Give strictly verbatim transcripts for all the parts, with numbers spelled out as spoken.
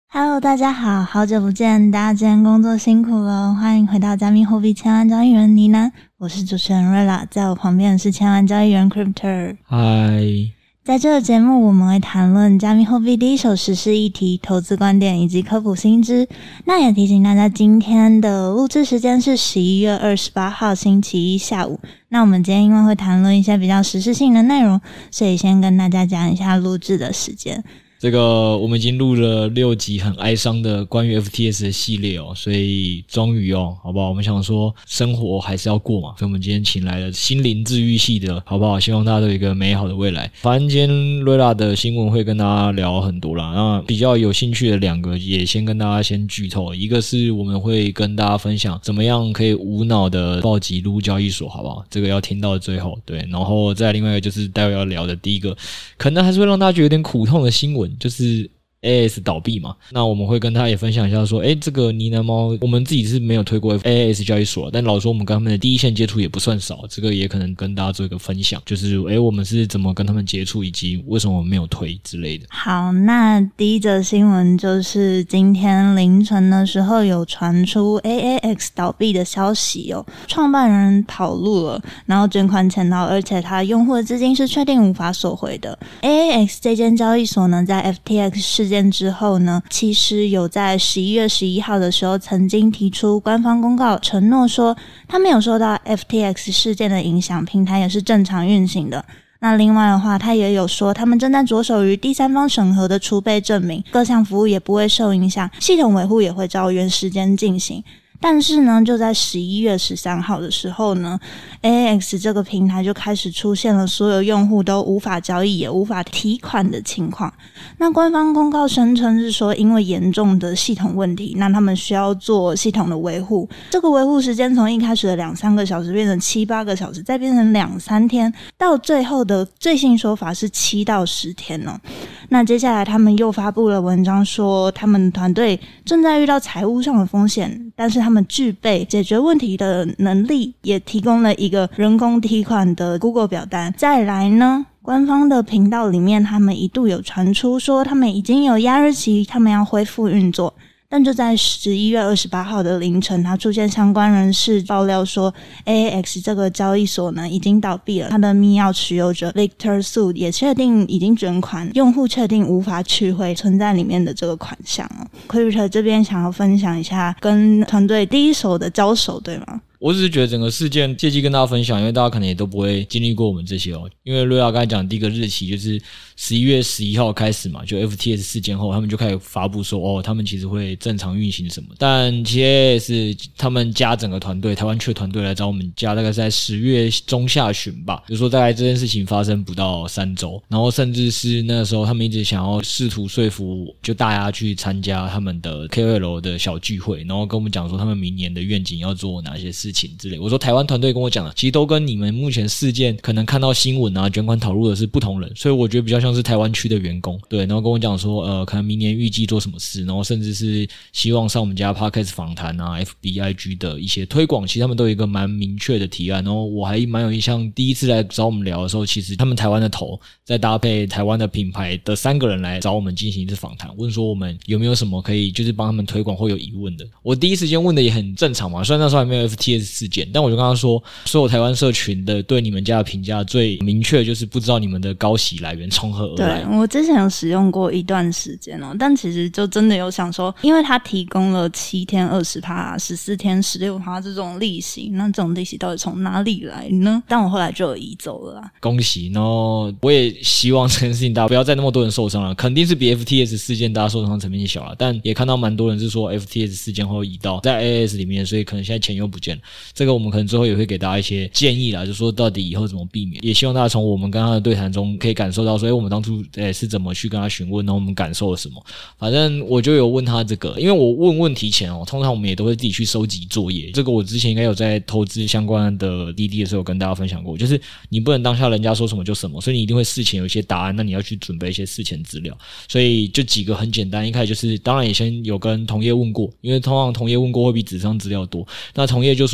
Hello， 大家好，好久不见，大家今天工作辛苦了，欢迎回到加密货币千万交易员呢喃，我是主持人瑞拉，在我旁边的是千万交易员 Cryptor。 嗨， 在这个节目我们会谈论加密货币第一手时事议题、投资观点以及科普新知。那也提醒大家，今天的录制时间是十一月二十八号星期一下午。那我们今天因为会谈论一些比较时事性的内容，所以先跟大家讲一下录制的时间。 这个我们已经录了六集很哀伤的关于 F T S 的系列哦，所以终于哦，好不好？我们想说生活还是要过嘛，所以我们今天请来了心灵治愈系的，好不好？希望大家都有一个美好的未来。反正今天瑞拉的新闻会跟大家聊很多啦，那比较有兴趣的两个也先跟大家先剧透，一个是我们会跟大家分享怎么样可以无脑的暴击撸交易所，好不好？这个要听到最后，对，然后再另外一个就是待会要聊的第一个，可能还是会让大家觉得有点苦痛的新闻。就是 A A S 倒闭嘛，那我们会跟大家也分享一下说，诶，这个呢喃猫我们自己是没有推过 A A S 交易所，但老实说我们跟他们的第一线接触也不算少，这个也可能跟大家做一个分享，就是诶我们是怎么跟他们接触，以及为什么我们没有推之类的。 好，那第一则新闻就是今天凌晨的时候有传出 A A X 倒闭的消息哦，创办人跑路了，然后卷款潜逃，而且他用户的资金是确定无法索回的。 A A X 这间交易所呢，在 F T X 事件之后呢，其实有在十一月十一号的时候曾经提出官方公告，承诺说他没有受到 F T X 事件的影响，平台也是正常运行的。那另外的话，他也有说他们正在着手于第三方审核的储备证明，各项服务也不会受影响，系统维护也会照原时间进行。但是呢，就在十一月十三号的时候呢 A A X 这个平台就开始出现了所有用户都无法交易也无法提款的情况。那官方公告声称是说，因为严重的系统问题，那他们需要做系统的维护，这个维护时间从一开始的两三个小时变成七八个小时，再变成两三天，到最后的最新说法是七到十天哦。那接下来他们又发布了文章说，他们团队正在遇到财务上的风险，但是他们具备解决问题的能力，也提供了一个人工提款的 Google 表单。再来呢，官方的频道里面他们一度有传出说他们已经有压日期，他们要恢复运作。但就在十一月二十八号的凌晨，他出现相关人士爆料说 A A X 这个交易所呢已经倒闭了，他的密钥持有者 Victor Su 也确定已经卷款，用户确定无法取回存在里面的这个款项哦。Cryptor 这边想要分享一下跟团队第一手的交手，对吗？ 我只是觉得整个事件借机跟大家分享，因为大家可能也都不会经历过我们这些哦。因为瑞拉刚才讲第一个日期就是十一月十一号开始嘛，就 F T S 事件后，他们就开始发布说哦，他们其实会正常运行什么。但其实是他们加整个团队，台湾区的团队来找我们家，大概是在十月中下旬吧，比如说大概这件事情发生不到三周，然后甚至是那个时候他们一直想要试图说服就大家去参加他们的 K O L 的小聚会，然后跟我们讲说他们明年的愿景要做哪些事情。事情之类，我说台湾团队跟我讲的，其实都跟你们目前事件可能看到新闻啊、卷款讨论的是不同人，所以我觉得比较像是台湾区的员工，对，然后跟我讲说，呃，可能明年预计做什么事，然后甚至是希望上我们家 Podcast 访谈啊、F B I G 的一些推广，其实他们都有一个蛮明确的提案，然后我还蛮有印象，第一次来找我们聊的时候，其实他们台湾的头在搭配台湾的品牌的三个人来找我们进行一次访谈，问说我们有没有什么可以就是帮他们推广或有疑问的。我第一时间问的也很正常嘛，虽然那时候还没有 F T S 事件，但我就跟他说，所有台湾社群的对你们家的评价最明确就是不知道你们的高息来源从何而来。 对，我之前有使用过一段时间哦，但其实就真的有想说，因为他提供了七天 百分之二十、十四天 百分之十六 这种利息，那这种利息到底从哪里来呢？但我后来就有移走了啦。 恭喜，然后我也希望这件事情大家不要再那么多人受伤了，肯定是比 F T S 事件大家受伤层面小了，但也看到蛮多人是说 F T S 事件后移到在 A A S 里面，所以可能现在钱又不见了。这个我们可能之后也会给大家一些建议啦，就说到底以后怎么避免，也希望大家从我们跟他的对谈中可以感受到说，诶，我们当初诶是怎么去跟他询问，然后我们感受了什么。反正我就有问他这个，因为我问问题前哦，通常我们也都会自己去收集作业，这个我之前应该有在投资相关的滴滴的时候有跟大家分享过，就是你不能当下人家说什么就什么，所以你一定会事前有一些答案，那你要去准备一些事前资料。所以就几个很简单，一开始就是当然也先有跟同业问过，因为通常同业问过会比纸上资料多，那同业就说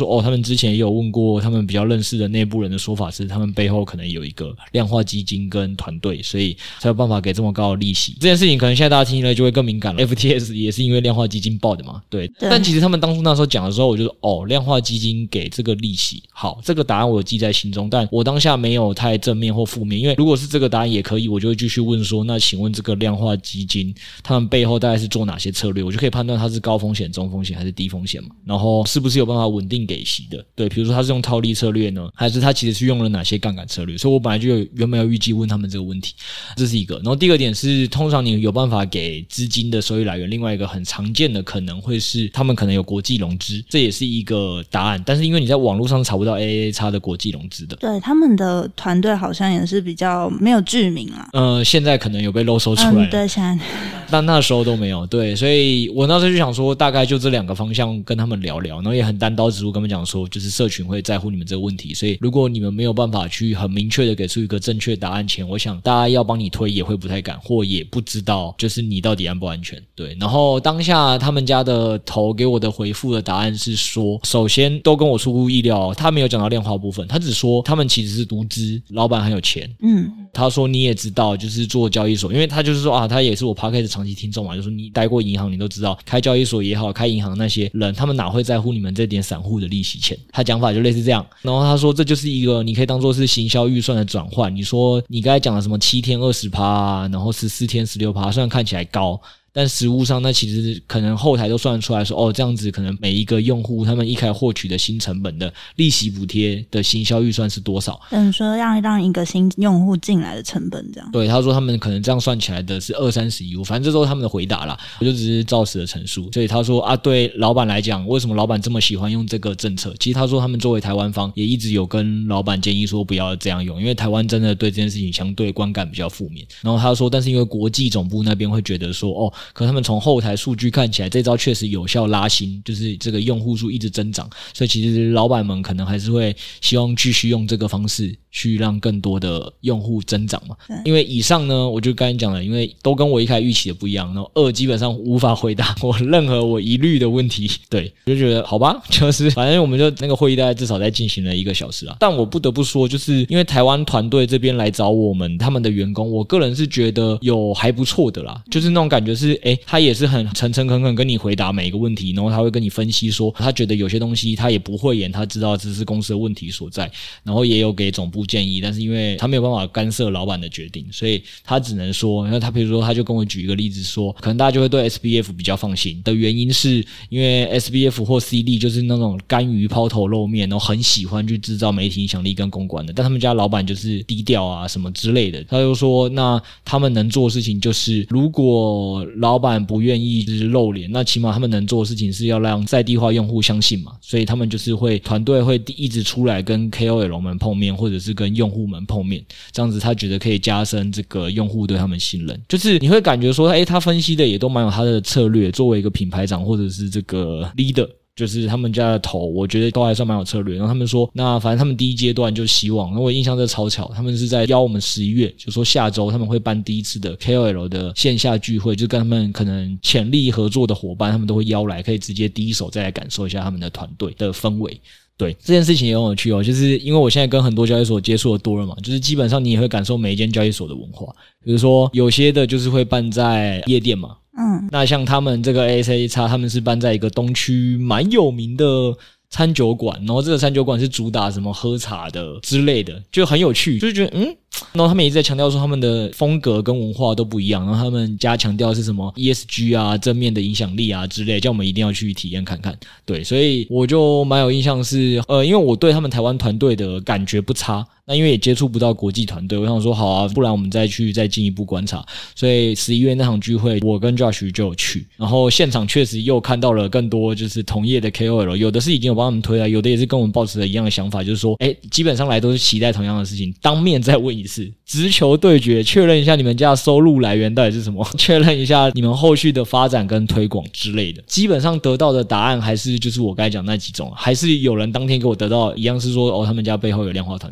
说哦，他们之前也有问过他们比较认识的内部人的说法是他们背后可能有一个量化基金跟团队，所以才有办法给这么高的利息。这件事情可能现在大家听了就会更敏感了， F T S 也是因为量化基金报的嘛， 对, 对但其实他们当初那时候讲的时候我就说哦，量化基金给这个利息，好，这个答案我有记在心中，但我当下没有太正面或负面，因为如果是这个答案也可以，我就会继续问说那请问这个量化基金他们背后大概是做哪些策略，我就可以判断它是高风险中风险还是低风险嘛，然后是不是有办法稳定给息的，对，比如说他是用套利策略呢，还是他其实是用了哪些杠杆策略，所以我本来就有原本要预计问他们这个问题，这是一个。然后第二个点是通常你有办法给资金的收益来源，另外一个很常见的可能会是他们可能有国际融资，这也是一个答案，但是因为你在网络上查不到 A A A 差的国际融资的， 对，他们的团队好像也是比较没有具名啦， 呃，现在可能有被漏搜出来了、 嗯、对，现在但那时候都没有，对，所以我那时候就想说大概就这两个方向跟他们聊聊，然后也很单刀直入跟他们讲说就是社群会在乎你们这个问题，所以如果你们没有办法去很明确的给出一个正确答案前，我想大家要帮你推也会不太敢，或也不知道就是你到底安不安全，对。然后当下他们家的头给我的回复的答案是说，首先都跟我出乎意料，他没有讲到量化部分，他只说他们其实是独资，老板很有钱， 嗯， 他说你也知道就是做交易所，因为他就是说啊，他也是我 Podcast 长期听众嘛，就说你待过银行你都知道开交易所也好开银行那些人他们哪会在乎你们这点散户的利息钱，他讲法就类似这样。然后他说这就是一个你可以当作是行销预算的转换，你说你刚才讲的什么七天 百分之二十 啊，然后十四天 百分之十六， 虽然看起来高，但实务上那其实可能后台都算得出来说哦，这样子可能每一个用户他们一开始获取的新成本的利息补贴的行销预算是多少， 等于说让让一个新用户进来的成本这样。 对，他说他们可能这样算起来的是二三十亿，反正这都是他们的回答啦，我就只是照实的陈述。所以他说啊，对老板来讲，为什么老板这么喜欢用这个政策，其实他说他们作为台湾方也一直有跟老板建议说不要这样用，因为台湾真的对这件事情相对观感比较负面。然后他说但是因为国际总部那边会觉得说哦，可他们从后台数据看起来这招确实有效拉新，就是这个用户数一直增长，所以其实老板们可能还是会希望继续用这个方式去让更多的用户增长嘛。因为以上呢我就刚才讲了，因为都跟我一开始预期的不一样，然后二基本上无法回答我任何我疑虑的问题，对，就觉得好吧，就是反正我们就那个会议大概至少在进行了一个小时啊。但我不得不说，就是因为台湾团队这边来找我们他们的员工，我个人是觉得有还不错的啦，就是那种感觉是诶他也是很诚诚恳恳跟你回答每一个问题，然后他会跟你分析说他觉得有些东西他也不会演，他知道这是公司的问题所在，然后也有给总部建议，但是因为他没有办法干涉老板的决定，所以他只能说，那他比如说他就跟我举一个例子说，可能大家就会对 S B F 比较放心的原因是因为 S B F 或 C D 就是那种甘于抛头露面，然后很喜欢去制造媒体影响力跟公关的，但他们家老板就是低调啊什么之类的。他就说那他们能做的事情就是如果老板不愿意就是露脸，那起码他们能做的事情是要让在地化用户相信嘛，所以他们就是会团队会一直出来跟 K O L 们碰面，或者是跟用户们碰面，这样子他觉得可以加深这个用户对他们信任。就是你会感觉说诶他分析的也都蛮有他的策略，作为一个品牌长或者是这个 leader，就是他们家的头我觉得都还算蛮有策略。然后他们说那反正他们第一阶段就希望，然后我印象这超巧，他们是在邀我们十一月，就说下周他们会办第一次的 K O L 的线下聚会，就跟他们可能潜力合作的伙伴他们都会邀来，可以直接第一手再来感受一下他们的团队的氛围。对，这件事情也很有趣哦，就是因为我现在跟很多交易所接触的多了嘛，就是基本上你也会感受每一间交易所的文化，比如说有些的就是会办在夜店嘛，嗯，那像他们这个 A S A X 他们是办在一个东区蛮有名的餐酒馆，然后这个餐酒馆是主打什么喝茶的之类的，就很有趣，就是觉得嗯，然后他们一直在强调说他们的风格跟文化都不一样，然后他们家强调的是什么 E S G 啊正面的影响力啊之类，叫我们一定要去体验看看。对，所以我就蛮有印象是呃，因为我对他们台湾团队的感觉不差，那因为也接触不到国际团队，我想说好啊，不然我们再去再进一步观察。所以十一月那场聚会我跟 Josh 就有去，然后现场确实又看到了更多就是同业的 K O L， 有的是已经有帮他们推了，有的也是跟我们抱持了一样的想法，就是说诶基本上来都是期待同样的事情，当面再问一次直球对决，确认一下你们家的收入来源到底是什么，确认一下你们后续的发展跟推广之类的。基本上得到的答案还是就是我刚才讲那几种，还是有人当天给我得到一样是说哦他们家背后有量化团队，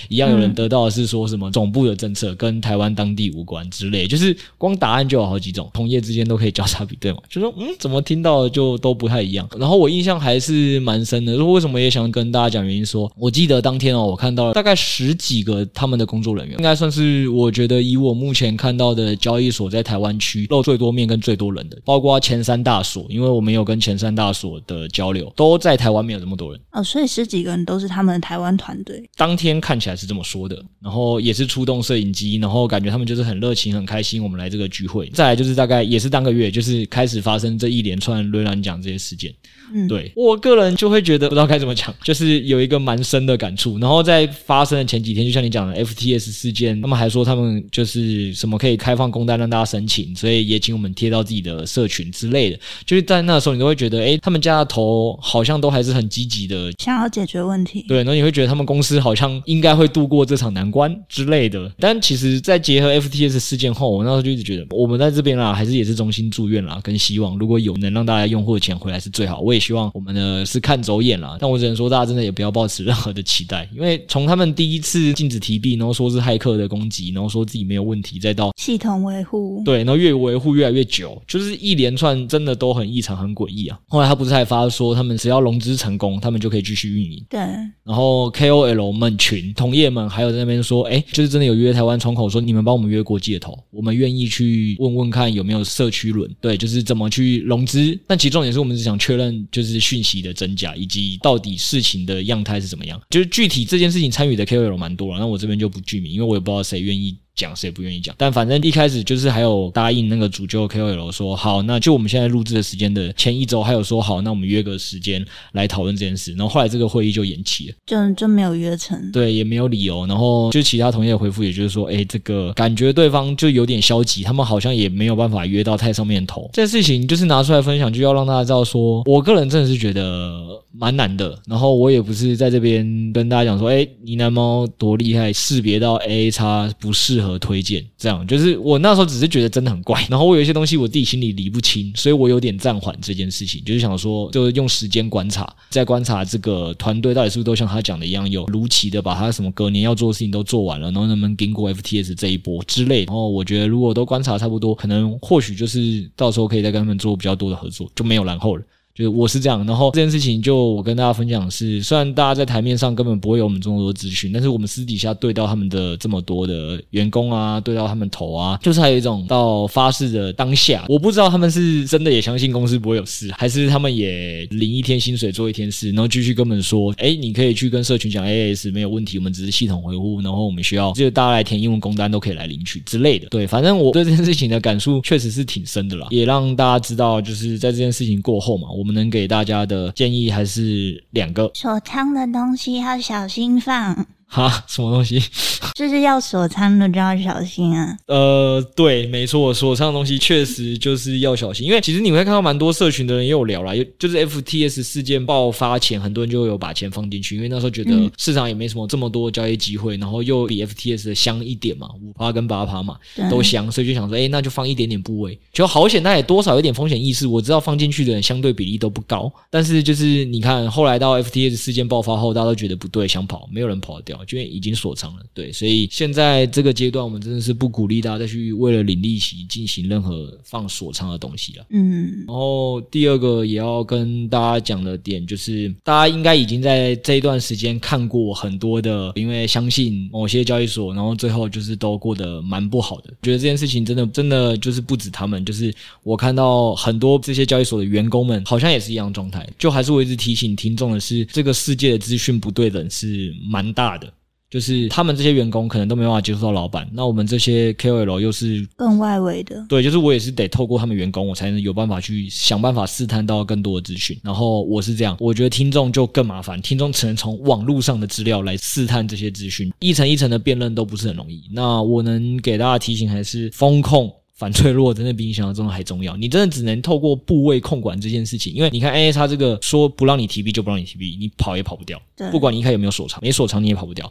一样有人得到的是说什么总部的政策跟台湾当地无关之类，就是光答案就有好几种，同业之间都可以交叉比对嘛，就说嗯怎么听到的就都不太一样。然后我印象还是蛮深的，说为什么也想跟大家讲原因说，我记得当天哦，我看到了大概十几个他们的工作人员，应该算是我觉得以我目前看到的交易所在台湾区露最多面跟最多人的，包括前三大所，因为我们有跟前三大所的交流，都在台湾没有这么多人哦，所以十几个人都是他们的台湾团队。 当天看起来是这么说的，然后也是出动摄影机，然后感觉他们就是很热情很开心我们来这个聚会。再来就是大概也是当个月，就是开始发生这一连串瑞兰讲这些事件。嗯，对，我个人就会觉得不知道该怎么讲，就是有一个蛮深的感触。然后在发生的前几天，就像你讲的 F T S 事件，他们还说他们就是什么可以开放公单让大家申请，所以也请我们贴到自己的社群之类的。就是在那时候你都会觉得诶他们家的头好像都还是很积极的想要解决问题， 对，然后你会觉得他们公司好像应该会度过这场难关之类的。但其实在结合 F T S 事件后，我那时候就一直觉得我们在这边啦还是也是衷心祝愿啦跟希望，如果有能让大家用户的钱回来是最好，我也希望我们的是看走眼啦，但我只能说大家真的也不要抱持任何的期待，因为从他们第一次禁止提币，然后说是骇客的攻击，然后说自己没有问题，再到系统维护， 对，然后越维护越来越久，就是一连串真的都很异常很诡异啊。后来他不是还发说他们只要融资成功他们就可以继续运营， 对， 然后 K O L 们群同业们还有在那边说诶就是真的有约台湾窗口说你们帮我们约国际的头，我们愿意去问问看有没有社区轮，对，就是怎么去融资。但其中也是我们只想确认就是讯息的真假以及到底事情的样态是怎么样，就是具体这件事情参与的 K O L 蛮多了，那我这边就不具名，因为我也不知道谁愿意讲谁不愿意讲，但反正一开始就是还有答应那个主揪 K O L 说好，那就我们现在录制的时间的前一周还有说好，那我们约个时间来讨论这件事，然后后来这个会议就延期了， 就就没有约成， 对，也没有理由。然后就其他同业的回复也就是说诶这个感觉对方就有点消极，他们好像也没有办法约到太上面的头，这件事情就是拿出来分享，就要让大家知道说我个人真的是觉得蛮难的，然后我也不是在这边跟大家讲说诶呢喃猫多厉害识别到 A A X 不适合和推荐，这样就是我那时候只是觉得真的很怪，然后我有一些东西我自己心里理不清，所以我有点暂缓这件事情，就是想说就用时间观察，再观察这个团队到底是不是都像他讲的一样有如期的把他什么隔年要做的事情都做完了，然后能不能经过 F T S 这一波之类的。然后我觉得如果都观察差不多，可能或许就是到时候可以再跟他们做比较多的合作，就没有然后了。就是我是这样，然后这件事情就我跟大家分享的是，虽然大家在台面上根本不会有我们这么多资讯，但是我们私底下对到他们的这么多的员工啊，对到他们头啊，就是还有一种到发誓的当下，我不知道他们是真的也相信公司不会有事，还是他们也领一天薪水做一天事，然后继续跟我们说诶你可以去跟社群讲 A A S 没有问题，我们只是系统维护，然后我们需要就大家来填英文工单都可以来领取之类的。对，反正我对这件事情的感触确实是挺深的啦，也让大家知道就是在这件事情过后嘛，我们能给大家的建议还是两个， 锁仓的东西要小心放。 哈，什么东西？ 就是要锁仓的就要小心啊。 呃，对，没错，锁仓的东西确实就是要小心，因为其实你会看到蛮多社群的人也有聊啦，就是 F T S 事件爆发前，很多人就有把钱放进去，因为那时候觉得市场也没什么这么多交易机会，然后又比 F T S 的香一点嘛， 百分之五 跟 百分之八 嘛，都香，所以就想说，诶那就放一点点部位，就好险，那也多少有点风险意识。我知道放进去的人相对比例都不高，但是就是你看后来到 F T S 事件爆发后，大家都觉得不对，想跑，没有人跑得掉，因为已经锁仓了。对，所以现在这个阶段我们真的是不鼓励大家再去为了领利息进行任何放锁仓的东西了。嗯，然后第二个也要跟大家讲的点就是大家应该已经在这一段时间看过很多的因为相信某些交易所然后最后就是都过得蛮不好的，觉得这件事情真的真的就是不止他们，就是我看到很多这些交易所的员工们好像也是一样状态，就还是我一直提醒听众的是这个世界的资讯不对等是蛮大的，就是他们这些员工可能都没办法接触到老板，那我们这些 K O L 又是更外围的， 对，就是我也是得透过他们员工我才能有办法去想办法试探到更多的资讯，然后我是这样，我觉得听众就更麻烦，听众只能从网络上的资料来试探这些资讯，一层一层的辨认都不是很容易。那我能给大家提醒还是风控反脆弱真的比你想象中的还重要，你真的只能透过部位控管这件事情，因为你看 A A X 这个说不让你提币就不让你提币，你跑也跑不掉，不管你一开有没有锁仓，没锁仓你也跑不掉。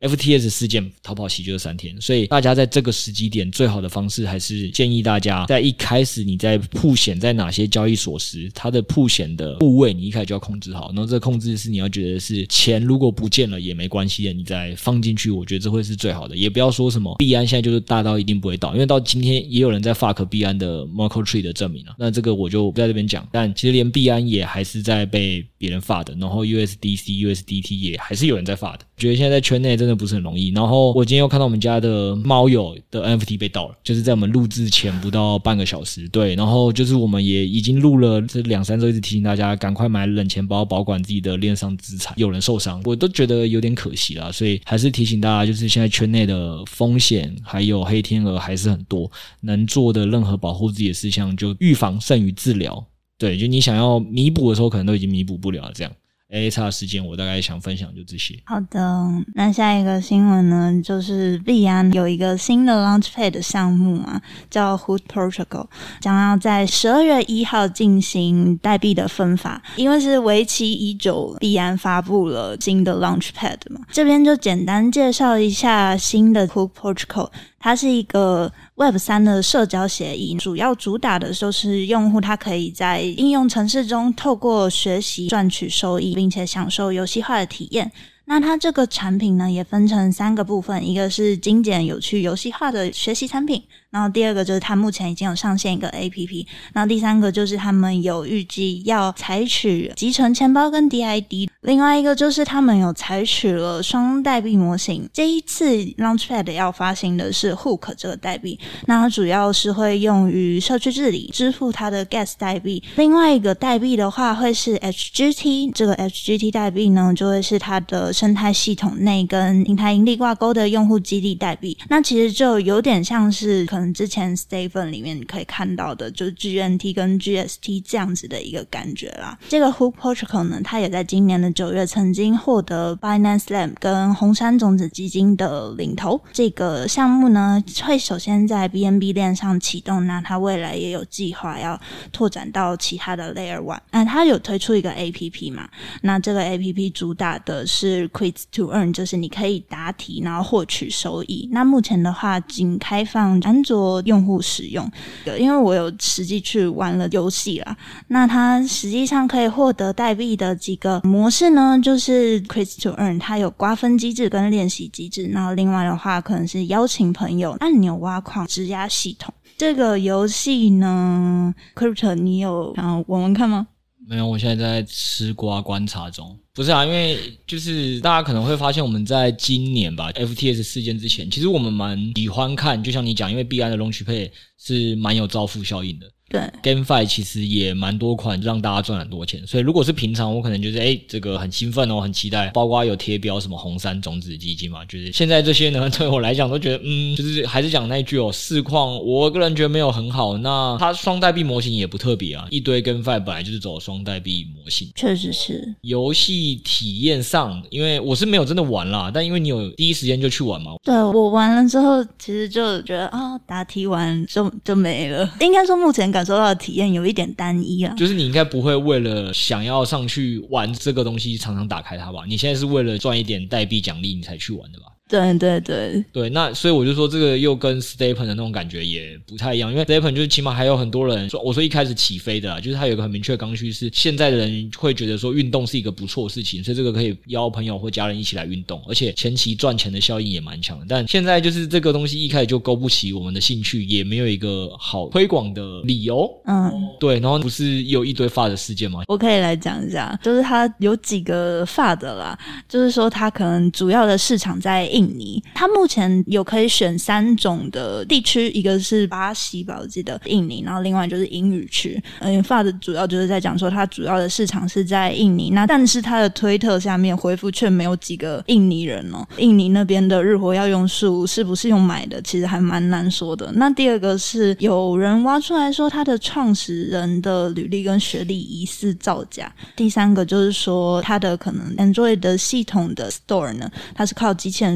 F T S 事件逃跑期就是三天，所以大家在这个时机点最好的方式还是建议大家在一开始你在曝险在哪些交易所时，它的曝险的部位你一开始就要控制好，然后这个控制是你要觉得是钱如果不见了也没关系的，你再放进去，我觉得这会是最好的。也不要说什么币安现在就是大到一定不会倒，因为到今天也有人在 fuck 币安的 Merkle Tree 的证明了，那这个我就不在这边讲，但其实连币安也还是在被别人 fuck 的，然后 U S D C U S D T 也还是有人在 fuck 的，觉得现在在圈内真的不是很容易。然后我今天又看到我们家的猫友的 N F T 被盗了，就是在我们录制前不到半个小时，对，然后就是我们也已经录了这两三周，一直提醒大家赶快买冷钱包保管自己的链上资产，有人受伤我都觉得有点可惜啦，所以还是提醒大家，就是现在圈内的风险还有黑天鹅还是很多，能做的任何保护自己的事项就预防胜于治疗，对，就你想要弥补的时候可能都已经弥补不了了这样。A A X 事件我大概想分享就这些。 好的，那下一个新闻呢，就是币安有一个新的 Launchpad 的项目啊，叫 Hood Protocol， 将要在十二月一号进行代币的分发。因为是为期已久，币安发布了新的 Launchpad 嘛，这边就简单介绍一下新的 Hood Protocol。它是一个 Web 三 的社交协议，主要主打的就是用户他可以在应用程式中透过学习赚取收益，并且享受游戏化的体验。那它这个产品呢也分成三个部分，一个是精简有趣游戏化的学习产品，然后第二个就是它目前已经有上线一个 A P P， 然后第三个就是他们有预计要采取集成钱包跟 D I D， 另外一个就是他们有采取了双代币模型。这一次 Launchpad 要发行的是 Hook 这个代币，那它主要是会用于社区治理支付它的 Gas 代币，另外一个代币的话会是 H G T， 这个 H G T 代币呢就会是它的生态系统内跟平台盈利挂钩的用户激励代币。那其实就有点像是可能之前 Stable 里面你可以看到的就是 G N T 跟 G S T 这样子的一个感觉啦。这个 Hook Protocol 呢，它也在今年的九月曾经获得 Binance Lab 跟红杉种子基金的领投。这个项目呢会首先在 B N B 链上启动，那它未来也有计划要拓展到其他的 Layer 一。那它有推出一个 A P P 嘛，那这个 A P P 主打的是 Quiz to Earn， 就是你可以答题然后获取收益。那目前的话仅开放安卓用户使用，因为我有实际去玩了游戏啦。那它实际上可以获得代币的几个模式呢，就是 Quiz to Earn 它有瓜分机制跟练习机制，然后另外的话可能是邀请朋友、按钮挖矿、质押系统。这个游戏呢 Crypto 你有想要玩玩看吗？ 没有，我现在在吃瓜观察中。不是啊，因为就是大家可能会发现我们在今年吧 F T S 事件之前，其实我们蛮喜欢看，就像你讲，因为币安的 Launchpad 是蛮有造富效应的。对 GameFi 其实也蛮多款让大家赚很多钱，所以如果是平常我可能就是诶这个很兴奋哦，很期待，包括有贴标什么红杉种子基金嘛，就是现在这些呢对我来讲都觉得嗯，就是还是讲那一句哦，市况我个人觉得没有很好，那它双代币模型也不特别啊，一堆 GameFi 本来就是走双代币模型。 确实是。 游戏体验上，因为我是没有真的玩啦，但因为你有第一时间就去玩嘛。 对，我玩了之后其实就觉得啊、哦，答题完就就没了，应该说目前感受到的体验有一点单一啊， 就是你应该不会为了想要上去玩这个东西常常打开它吧，你现在是为了赚一点代币奖励你才去玩的吧。 对对对对，那所以我就说这个又跟 Stapen 的那种感觉也不太一样，因为 Stapen 就是起码还有很多人说，我说一开始起飞的啦，就是它有一个很明确的刚需是现在的人会觉得说运动是一个不错的事情，所以这个可以邀朋友或家人一起来运动，而且前期赚钱的效应也蛮强的。但现在就是这个东西一开始就勾不起我们的兴趣，也没有一个好推广的理由。嗯，对，然后不是有一堆发的事件吗？ 我可以来讲一下，就是它有几个发的啦，就是说它可能主要的市场在印尼，它目前有可以选三种的地区，一个是巴西吧，我记得印尼，然后另外就是英语区。嗯，发的主要就是在讲说它主要的市场是在印尼，那但是它的推特下面回复却没有几个印尼人哦。印尼那边的日活要用数是不是用买的，其实还蛮难说的。那第二个是有人挖出来说它的创始人的履历跟学历疑似造假。第三个就是说它的可能 Android 的系统的 Store 呢，它是靠机器人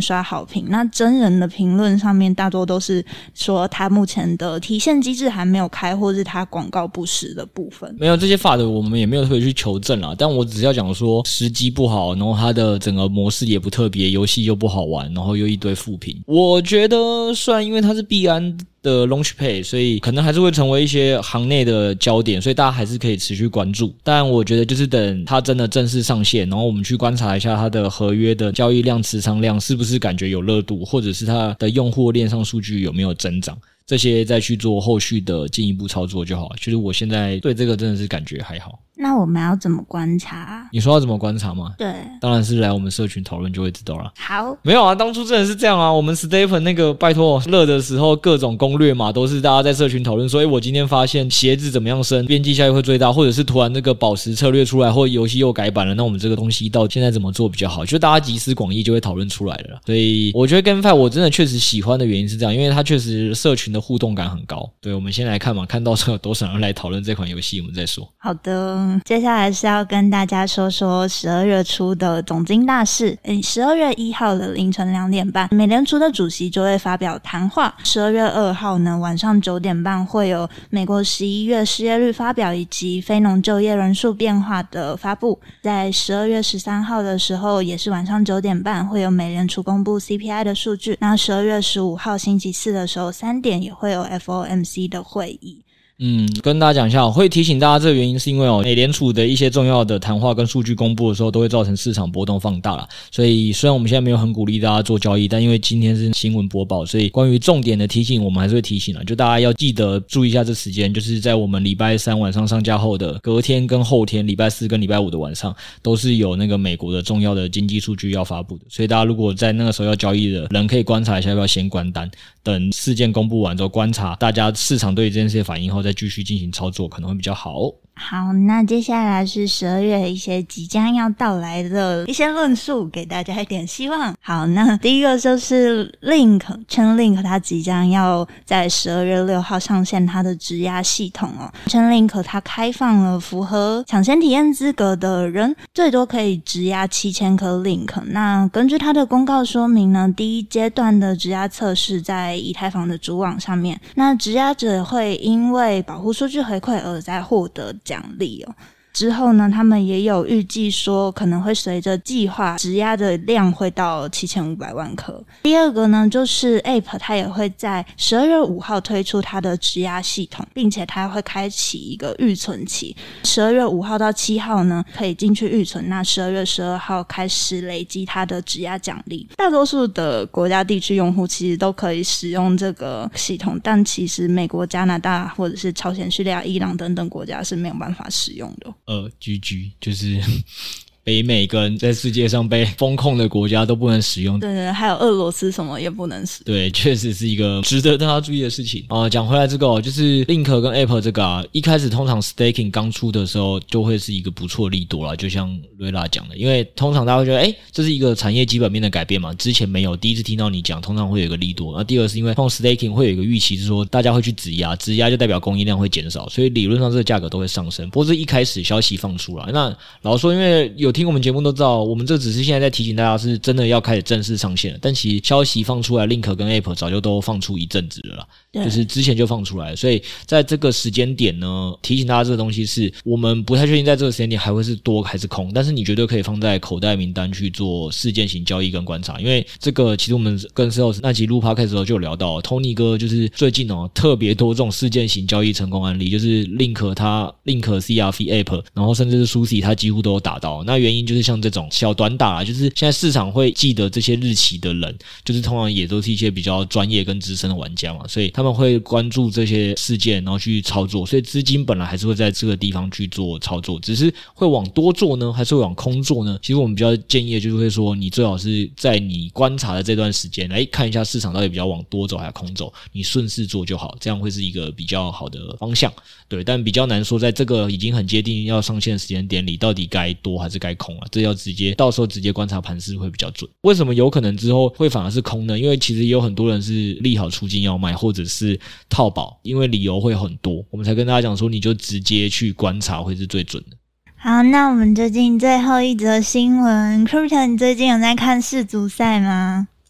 刷好评，那真人的评论上面大多都是说他目前的提现机制还没有开，或是他广告不实的部分。 没有这些法的我们也没有特别去求证啦，但我只是要讲说时机不好，然后它的整个模式也不特别，游戏又不好玩，然后又一堆负评。我觉得虽然因为它是币安的 Launchpad， 所以可能还是会成为一些行内的焦点，所以大家还是可以持续关注。但我觉得就是等它真的正式上线，然后我们去观察一下它的合约的交易量、持仓量是不是感觉有热度，或者是它的用户链上数据有没有增长，这些再去做后续的进一步操作就好了。就是我现在对这个真的是感觉还好。 那我们要怎么观察？ 你说要怎么观察吗？ 对， 当然是来我们社群讨论就会知道了。 好， 没有啊，当初真的是这样啊。我们 Stephen 那个拜托热的时候，各种攻略嘛，都是大家在社群讨论。所以我今天发现鞋子怎么样升，边际效益会最大，或者是突然那个宝石策略出来，或游戏又改版了，那我们这个东西到现在怎么做比较好？就大家集思广益就会讨论出来了啦。所以我觉得 GameFi 我真的确实喜欢的原因是这样，因为它确实社群的互动感很高。对，我们先来看嘛，看到时候有多少人来讨论这款游戏，我们再说。 好的，接下来是要跟大家说说十二月初的总经大事。十二月一号的凌晨两点半，美联储的主席就会发表谈话。十二月二号呢，晚上九点半会有美国十一月失业率发表以及非农就业人数变化的发布。在十二月十三号的时候，也是晚上九点半会有美联储公布 C P I 的数据。那十二月十五号星期四的时候，三点也会有 F O M C 的会议。 嗯，跟大家讲一下，我会提醒大家这个原因是因为哦，美联储的一些重要的谈话跟数据公布的时候，都会造成市场波动放大啦。所以虽然我们现在没有很鼓励大家做交易，但因为今天是新闻播报，所以关于重点的提醒，我们还是会提醒啦。就大家要记得注意一下这时间，就是在我们礼拜三晚上上架后的隔天跟后天，礼拜四跟礼拜五的晚上，都是有那个美国的重要的经济数据要发布的。所以大家如果在那个时候要交易的人，可以观察一下要不要先关单，等事件公布完之后，观察大家市场对于这件事的反应后，再继续进行操作，可能会比较好。 好，那接下来是十二月一些即将要到来的一些论述，给大家一点希望。好，那第一个就是 Link Chainlink 它即将要在十二月六号上线它的质押系统哦。Chainlink 它开放了符合抢先体验资格的人最多可以质押七千颗 Link。那根据它的公告说明呢，第一阶段的质押测试在以太坊的主网上面，那质押者会因为保护数据回馈而在获得奖励哦。之后呢，他们也有预计说可能会随着计划质押的量会到七千五百万颗。第二个呢，就是 Ape 它也会在十二月五号推出它的质押系统，并且它会开启一个预存期。十二月五号到七号呢可以进去预存，那十二月十二号开始累积它的质押奖励。大多数的国家地区用户其实都可以使用这个系统，但其实美国、加拿大或者是朝鲜、叙利亚、伊朗等等国家是没有办法使用的。 呃 G G 就是北美跟在世界上被封控的国家都不能使用。 对对，还有俄罗斯什么也不能使用。 对，确实是一个值得大家注意的事情啊。讲回来这个哦，就是 Link 跟 Ape 这个啊，一开始通常 Staking 刚出的时候就会是一个不错利多啦，就像瑞拉讲的，因为通常大家会觉得，诶，这是一个产业基本面的改变嘛，之前没有，第一次听到你讲，通常会有一个利多。那第二是因为通常 Staking 会有一个预期是说，大家会去质押，质押就代表供应量会减少，所以理论上这个价格都会上升。不过这一开始消息放出来，那老实说，因为有听我们节目都知道。我们这只是现在在提醒大家，是真的要开始正式上线了。但其实消息放出来 ，Link 跟 Ape 早就都放出一阵子了啦，就是之前就放出来了。所以在这个时间点呢，提醒大家这个东西是我们不太确定在这个时间点还会是多还是空，但是你绝对可以放在口袋名单去做事件型交易跟观察。因为这个其实我们跟 Sales 那集录 Podcast 的时候就有聊到 ，Tony 哥就是最近哦特别多这种事件型交易成功案例，就是 Link 他 Link C R V Ape， 然后甚至是 Sushi 他几乎都有打到。那原因就是像这种小短打啦，就是现在市场会记得这些日期的人，就是通常也都是一些比较专业跟资深的玩家嘛，所以他们会关注这些事件，然后去操作，所以资金本来还是会在这个地方去做操作，只是会往多做呢，还是会往空做呢？其实我们比较建议的就是会说，你最好是在你观察的这段时间来看一下市场到底比较往多走还是空走，你顺势做就好，这样会是一个比较好的方向。对，但比较难说在这个已经很接近要上线的时间点里，到底该多还是该空啊？这要直接到时候直接观察盘势会比较准。为什么有可能之后会反而是空呢？因为其实也有很多人是利好出金要卖，或者是套保，因为理由会很多，我们才跟大家讲说，你就直接去观察会是最准的。 好，那我们最近最后一则新闻 Crypto 你最近有在看世足赛吗？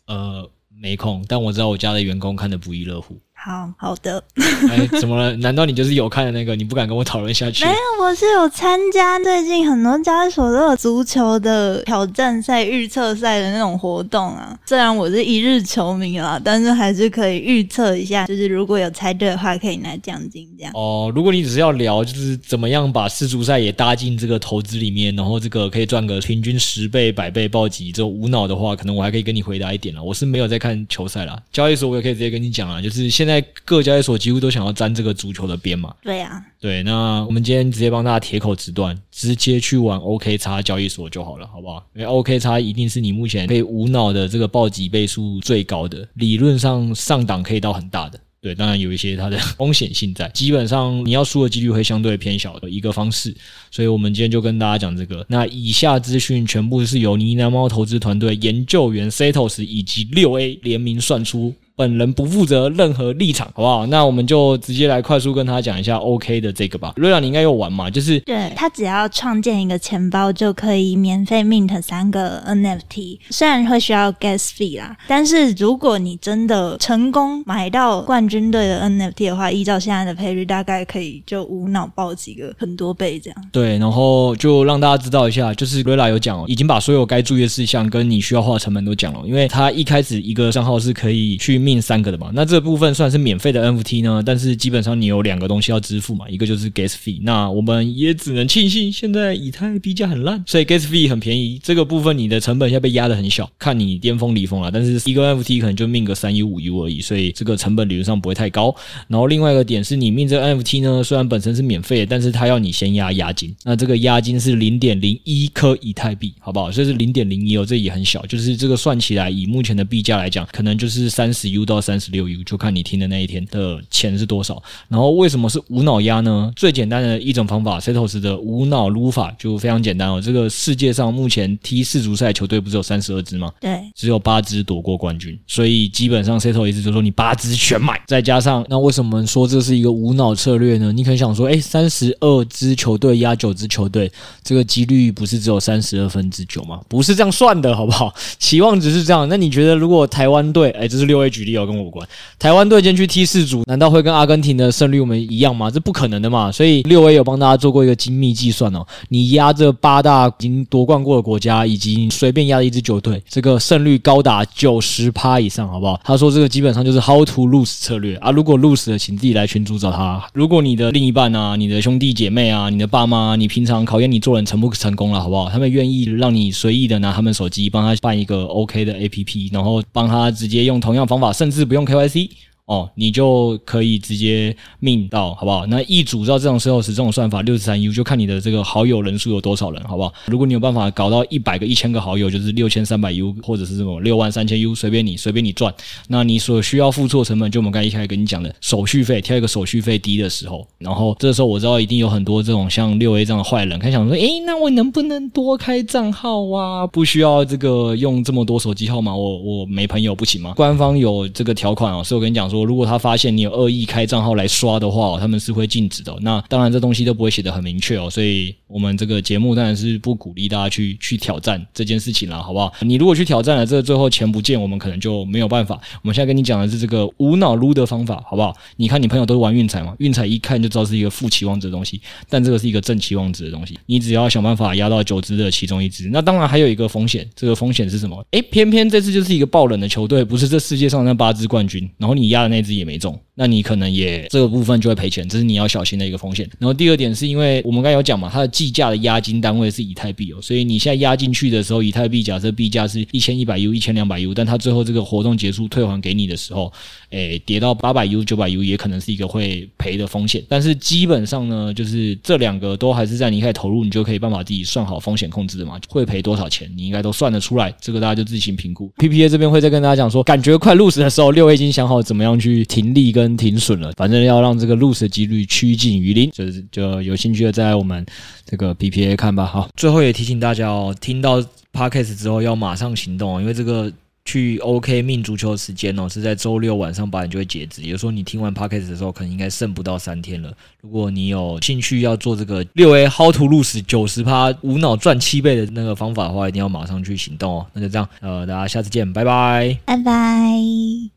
呃，没空，但我知道我家的员工看得不亦乐乎。 好好的。 哎，怎么了？难道你就是有看的那个？你不敢跟我讨论下去？ 没有，我是有参加最近很多交易所都有足球的挑战赛、预测赛的那种活动啊。虽然我是一日球迷啦，但是还是可以预测一下，就是如果有猜对的话，可以拿奖金这样。 哦，如果你只是要聊就是怎么样把世足赛也搭进这个投资里面，然后这个可以赚个平均十倍、百倍暴击这种无脑的话，可能我还可以跟你回答一点啦。我是没有在看球赛啦，交易所我也可以直接跟你讲啦，就是现在各交易所几乎都想要沾这个足球的边嘛。 对啊， 对，那我们今天直接帮大家铁口直断，直接去玩 O K X 交易所就好了，好不好？因为 O K X 一定是你目前可以无脑的这个暴击倍数最高的，理论上上档可以到很大的。对，当然有一些它的风险性在，基本上你要输的几率会相对偏小的一个方式，所以我们今天就跟大家讲这个。那以下资讯全部是由呢喃猫投资团队研究员 Setos 以及 六 A 联名算出，本人不负责任何立场，好不好？那我们就直接来快速跟他讲一下 OK 的这个吧。瑞拉你应该有玩嘛，就是对，他只要创建一个钱包就可以免费 mint 三个 N F T， 虽然会需要 gas fee 啦，但是如果你真的成功买到冠军队的 N F T 的话，依照现在的赔率，大概可以就无脑爆几个很多倍这样。 对，然后就让大家知道一下，就是瑞拉有讲哦，已经把所有该注意的事项跟你需要花的成本都讲了，因为他一开始一个账号是可以去命三个的嘛，那这部分算是免费的 N F T 呢，但是基本上你有两个东西要支付嘛，一个就是 gas fee， 那我们也只能庆幸现在以太币价很烂，所以 gas fee 很便宜，这个部分你的成本现在被压得很小，看你巅峰离峰啦，但是一个 N F T 可能就命个三 U 五 U 而已，所以这个成本理论上不会太高。然后另外一个点是你命这个 N F T 呢，虽然本身是免费的，但是它要你先压押金，那这个押金是 零点零一 颗以太币，好不好？所以是 零点零一 哦，这也很小，就是这个算起来以目前的币价来讲，可能就是三十 U 到三十六 U， 就看你听的那一天的钱是多少。然后为什么是无脑押呢？最简单的一种方法 Setos 的无脑撸法就非常简单哦。这个世界上目前踢世足赛球队不是有三十二支吗？ 对， 只有八支夺过冠军，所以基本上 Setos 意思就是说你八支全买，再加上那为什么说这是一个无脑策略呢？你可能想说，诶 ,三十二支球队压九支球队，这个几率不是只有三十二分之九吗？不是这样算的，好不好？期望值是这样。那你觉得如果台湾队，诶这是 六 A 举例哦，跟我无关。台湾队今天去踢世足，难道会跟阿根廷的胜率我们一样吗？这不可能的嘛。所以 六 A 有帮大家做过一个精密计算哦，你压这八大已经夺冠过的国家，以及随便压的一支球队，这个胜率高达 百分之九十 以上，好不好？他说这个基本上就是 how to lose 策略啊。如果 lose 了，请自己来群组找他。如果你的另一半啊、你的兄弟姐妹啊、你的爸妈，你平常考验你做人成不成功了，好不好？他们愿意让你随意的拿他们手机帮他办一个 OK 的 A P P， 然后帮他直接用同样方法，甚至不用 K Y C。哦，你就可以直接命到，好不好？那一组照这种 Setos 这种算法 六十三 U， 就看你的这个好友人数有多少人，好不好？如果你有办法搞到一百个、一千个好友，就是六千三百 U， 或者是这种六万三千 U， 随便你，随便你赚。那你所需要付出的成本，就我们刚才一开始跟你讲的手续费，挑一个手续费低的时候，然后这时候我知道一定有很多这种像 六 A 这样的坏人，他想说，诶，那我能不能多开账号啊？不需要这个用这么多手机号码，我我没朋友不行吗？官方有这个条款哦，所以我跟你讲说，如果他发现你有恶意开账号来刷的话、哦、他们是会禁止的、哦、那当然这东西都不会写得很明确哦，所以我们这个节目当然是不鼓励大家去去挑战这件事情啦，好不好？你如果去挑战了，这个最后钱不见，我们可能就没有办法。我们现在跟你讲的是这个无脑撸的方法，好不好？你看你朋友都是玩运彩嘛，运彩一看就知道是一个负期望值的东西，但这个是一个正期望值的东西，你只要想办法压到九支的其中一支。那当然还有一个风险，这个风险是什么？诶，偏偏这次就是一个爆冷的球队，不是这世界上那八支冠军，然后你压的那支也没中，那你可能也这个部分就会赔钱，这是你要小心的一个风险。然后第二点是因为我们刚才有讲嘛，它的计价的押金单位是以太币哦，所以你现在压进去的时候，以太币假设币价是一千一百 U、一千两百 U， 但它最后这个活动结束退还给你的时候，诶，跌到八百 U、九百 U 也可能是一个会赔的风险。但是基本上呢，就是这两个都还是在你一开始投入，你就可以办法自己算好风险控制的嘛，会赔多少钱，你应该都算得出来，这个大家就自行评估。P P A 这边会再跟大家讲说，感觉快lose的时候，六 A 已经想好怎么样去停利跟停损了，反正要让这个lose的几率趋近于零，就是就有兴趣的在我们这个 P P A 看吧。好，最后也提醒大家哦，听到 Podcast 之后要马上行动哦，因为这个去 OK 命足球时间哦，是在周六晚上八点就会截止。有时候你听完 Podcast 的时候，可能应该剩不到三天了。如果你有兴趣要做这个六 A How to Lose 百分之九十 无脑赚七倍的那个方法的话，一定要马上去行动哦。那就这样，呃，大家下次见，拜拜， 拜拜。